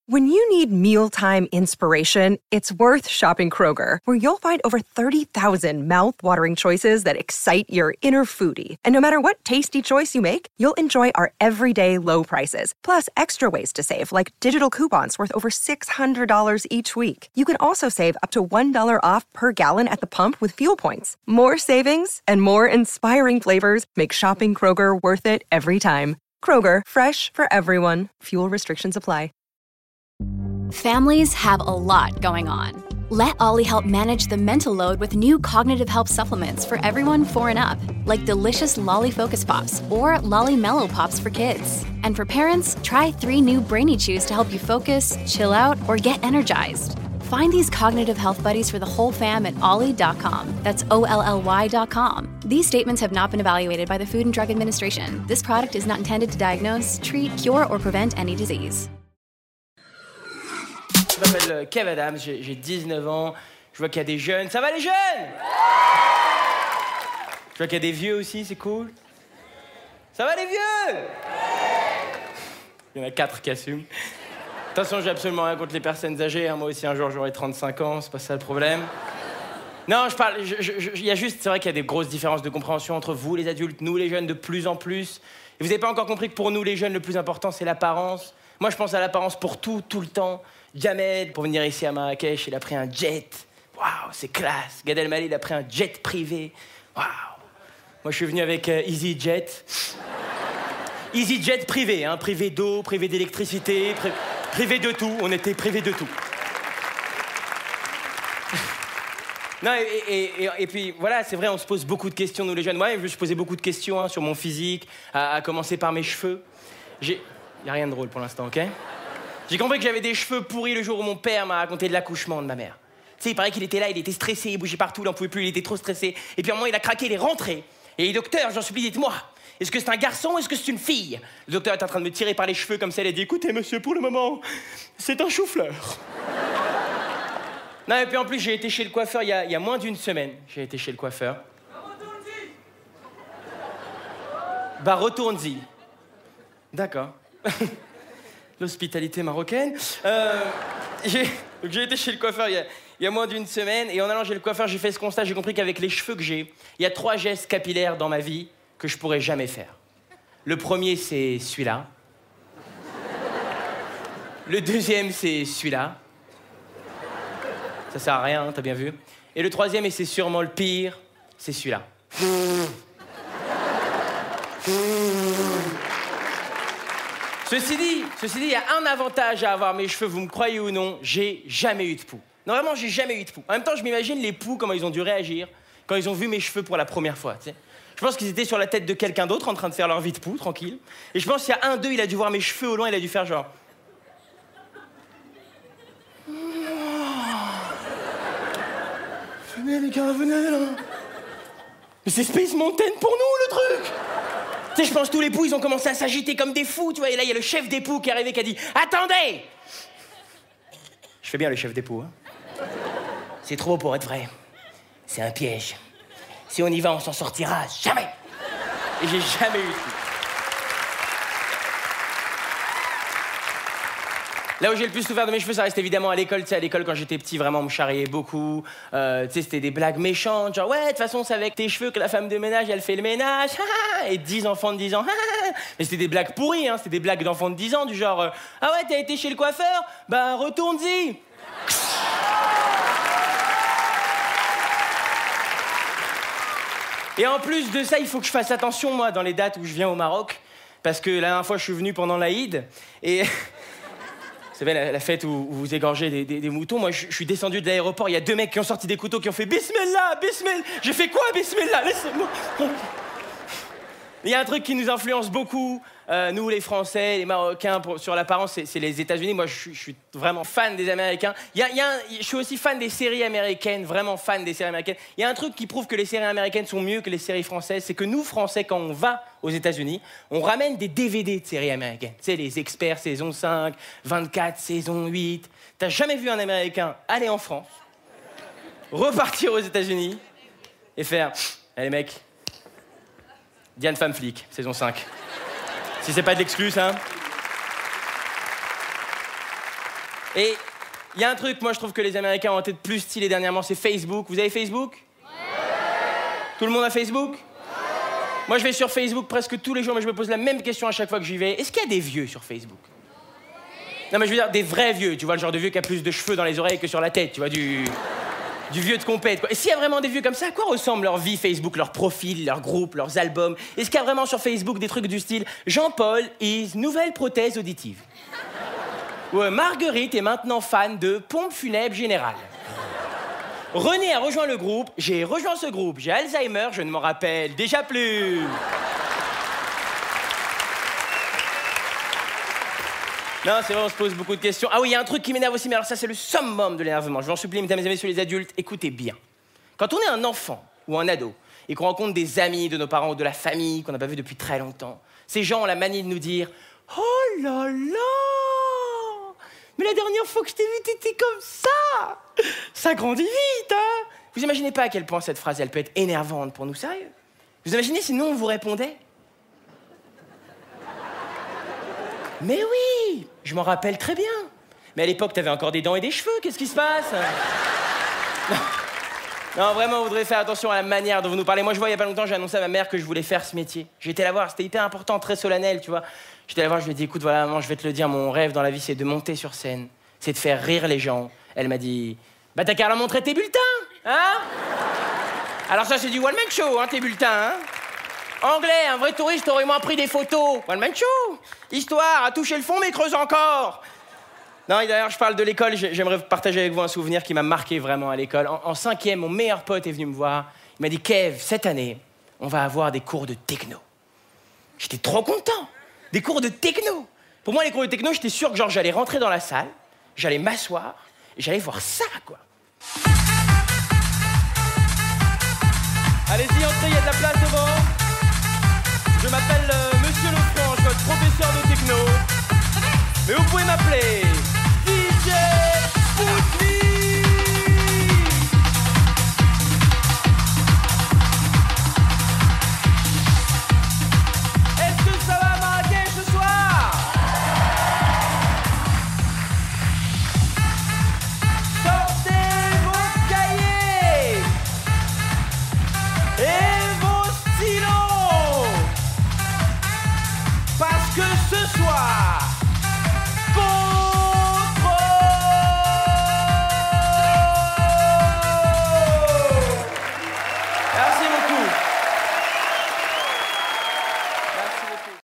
When you need mealtime inspiration, it's worth shopping Kroger, where you'll find over 30,000 mouth-watering choices that excite your inner foodie. And no matter what tasty choice you make, you'll enjoy our everyday low prices, plus extra ways to save, like digital coupons worth over $600 each week. You can also save up to $1 off per gallon at the pump with fuel points. More savings and more inspiring flavors make shopping Kroger worth it every time. Kroger, fresh for everyone. Fuel restrictions apply. Families have a lot going on. Let Ollie help manage the mental load with new cognitive help supplements for everyone 4 and up, like delicious Lolly Focus Pops or Lolly Mellow Pops for kids. And for parents, try 3 new Brainy Chews to help you focus, chill out, or get energized. Find these cognitive health buddies for the whole fam at ollie.com. That's OLLY.com. These statements have not been evaluated by the Food and Drug Administration. This product is not intended to diagnose, treat, cure, or prevent any disease. Je m'appelle Kev Adams, j'ai 19 ans. Je vois qu'il y a des jeunes. Ça va les jeunes? Je vois qu'il y a des vieux aussi, c'est cool. Ça va les vieux? Il y en a 4 qui assument. Attention, j'ai absolument rien contre les personnes âgées. Moi aussi, un jour, j'aurai 35 ans, c'est pas ça le problème. Non, je parle... Il y a juste... C'est vrai qu'il y a des grosses différences de compréhension entre vous, les adultes, nous, les jeunes, de plus en plus. Et vous n'avez pas encore compris que pour nous, les jeunes, le plus important, c'est l'apparence. Moi, je pense à l'apparence pour tout le temps. Jamel, pour venir ici à Marrakech, il a pris un jet. Waouh, c'est classe. Gad Elmaleh, il a pris un jet privé. Waouh. Moi, je suis venu avec EasyJet. EasyJet privé, hein. Privé d'eau, privé d'électricité, privé de tout. On était privé de tout. Non, et puis, voilà, c'est vrai, on se pose beaucoup de questions, nous, les jeunes. Moi, je me suis posé beaucoup de questions hein, sur mon physique, à commencer par mes cheveux. Il n'y a rien de drôle pour l'instant, OK? J'ai compris que j'avais des cheveux pourris le jour où mon père m'a raconté de l'accouchement de ma mère. Tu sais, il paraît qu'il était là, il était stressé, il bougeait partout, il n'en pouvait plus, il était trop stressé. Et puis à un moment, il a craqué, il est rentré. Et docteur, j'en supplie, dites-moi, est-ce que c'est un garçon ou est-ce que c'est une fille? Le docteur est en train de me tirer par les cheveux comme ça, il a dit, écoutez, monsieur, pour le moment, c'est un chou-fleur. Non, et puis en plus, j'ai été chez le coiffeur il y a moins d'une semaine. J'ai été chez le coiffeur. Bah, retourne-y. D'accord. L'hospitalité marocaine. J'ai été chez le coiffeur il y a moins d'une semaine, et en allant chez le coiffeur, j'ai fait ce constat, j'ai compris qu'avec les cheveux que j'ai, il y a 3 gestes capillaires dans ma vie que je pourrais jamais faire. Le premier, c'est celui-là. Le deuxième, c'est celui-là. Ça sert à rien, hein, t'as bien vu. Et le troisième, et c'est sûrement le pire, c'est celui-là. Ceci dit, il y a un avantage à avoir mes cheveux, vous me croyez ou non, j'ai jamais eu de poux. Non, vraiment, j'ai jamais eu de poux. En même temps, je m'imagine les poux, comment ils ont dû réagir quand ils ont vu mes cheveux pour la première fois, tu sais. Je pense qu'ils étaient sur la tête de quelqu'un d'autre en train de faire leur vie de poux, tranquille. Et je pense qu'il y a un d'eux, il a dû voir mes cheveux au loin, il a dû faire genre... Venez les gars, venez là. Mais c'est Space Mountain pour nous, le truc. Tu sais, je pense que tous les poux, ils ont commencé à s'agiter comme des fous, tu vois. Et là, il y a le chef des poux qui est arrivé, qui a dit « Attendez !» Je fais bien le chef des poux, hein. C'est trop pour être vrai. C'est un piège. Si on y va, on s'en sortira jamais. Et j'ai jamais eu de poux. Là où j'ai le plus souffert de mes cheveux, ça reste évidemment à l'école. Tu sais, à l'école, quand j'étais petit, vraiment, on me charriait beaucoup. Tu sais, c'était des blagues méchantes, genre « Ouais, de toute façon, c'est avec tes cheveux que la femme de ménage, elle fait le ménage. » Et 10 enfants de 10 ans. Mais c'était des blagues pourries, hein. C'était des blagues d'enfants de 10 ans, du genre « Ah ouais, t'as été chez le coiffeur? Bah, retourne-y. » Et en plus de ça, il faut que je fasse attention, moi, dans les dates où je viens au Maroc. Parce que la dernière fois, je suis venu pendant l'Aïd. Et... Vous savez, la fête où vous égorgez des moutons, moi, je suis descendu de l'aéroport, il y a 2 mecs qui ont sorti des couteaux, qui ont fait « Bismillah, Bismillah !» J'ai fait quoi, Bismillah? Laissez-moi. Il y a un truc qui nous influence beaucoup, nous, les Français, les Marocains, sur l'apparence, c'est les États-Unis. Moi, je suis vraiment fan des Américains. Je suis aussi fan des séries américaines, vraiment fan des séries américaines. Il y a un truc qui prouve que les séries américaines sont mieux que les séries françaises, c'est que nous, Français, quand on va aux États-Unis, on ramène des DVD de séries américaines. Tu sais, les Experts, saison 5, 24, saison 8. T'as jamais vu un Américain aller en France, repartir aux États-Unis et faire « Allez, mec, Diane femme flic, saison 5. » Si c'est pas de l'exclu, ça. Et il y a un truc, moi je trouve que les Américains ont été de plus stylé dernièrement, c'est Facebook. Vous avez Facebook? Ouais. Tout le monde a Facebook? Ouais. Moi je vais sur Facebook presque tous les jours, mais je me pose la même question à chaque fois que j'y vais. Est-ce qu'il y a des vieux sur Facebook? Non mais je veux dire des vrais vieux, tu vois, le genre de vieux qui a plus de cheveux dans les oreilles que sur la tête, tu vois, du vieux de compète, quoi. Et s'il y a vraiment des vieux comme ça, à quoi ressemble leur vie Facebook, leur profil, leur groupe, leurs albums? Est-ce qu'il y a vraiment sur Facebook des trucs du style Jean-Paul is nouvelle prothèse auditive? Ouais, Marguerite est maintenant fan de pompe funèbre générale. René a rejoint le groupe, j'ai rejoint ce groupe, j'ai Alzheimer, je ne m'en rappelle déjà plus. Non, c'est vrai, on se pose beaucoup de questions. Ah oui, il y a un truc qui m'énerve aussi, mais alors ça, c'est le summum de l'énervement. Je vous en supplie, mesdames et messieurs les adultes, écoutez bien. Quand on est un enfant ou un ado et qu'on rencontre des amis de nos parents ou de la famille qu'on n'a pas vu depuis très longtemps, ces gens ont la manie de nous dire « Oh là là! Mais la dernière fois que je t'ai vu, t'étais comme ça! Ça grandit vite, hein !» Vous imaginez pas à quel point cette phrase, elle peut être énervante pour nous, sérieux? Vous imaginez si nous, on vous répondait? Mais oui, je m'en rappelle très bien. Mais à l'époque, t'avais encore des dents et des cheveux, qu'est-ce qui se passe? Non, vraiment, vous devrez faire attention à la manière dont vous nous parlez. Moi, je vois, il y a pas longtemps, j'ai annoncé à ma mère que je voulais faire ce métier. J'ai été la voir, c'était hyper important, très solennel, tu vois. J'étais la voir, je lui ai dit, écoute, voilà, maman, je vais te le dire, mon rêve dans la vie, c'est de monter sur scène, c'est de faire rire les gens. Elle m'a dit, bah t'as qu'à leur montrer tes bulletins, hein? Alors ça, c'est du one-man show, hein, tes bulletins, hein? Anglais, un vrai touriste aurait moins pris des photos. One-man show. Histoire, à toucher le fond, mais creuse encore. Non, et d'ailleurs, je parle de l'école. J'aimerais partager avec vous un souvenir qui m'a marqué vraiment à l'école. En 5e, mon meilleur pote est venu me voir. Il m'a dit, Kev, cette année, on va avoir des cours de techno. J'étais trop content. Des cours de techno. Pour moi, les cours de techno, j'étais sûr que genre, j'allais rentrer dans la salle, j'allais m'asseoir, et j'allais voir ça, quoi. Allez-y, entrez, il y a de la place devant. Je m'appelle Monsieur Lefranche, votre professeur de techno.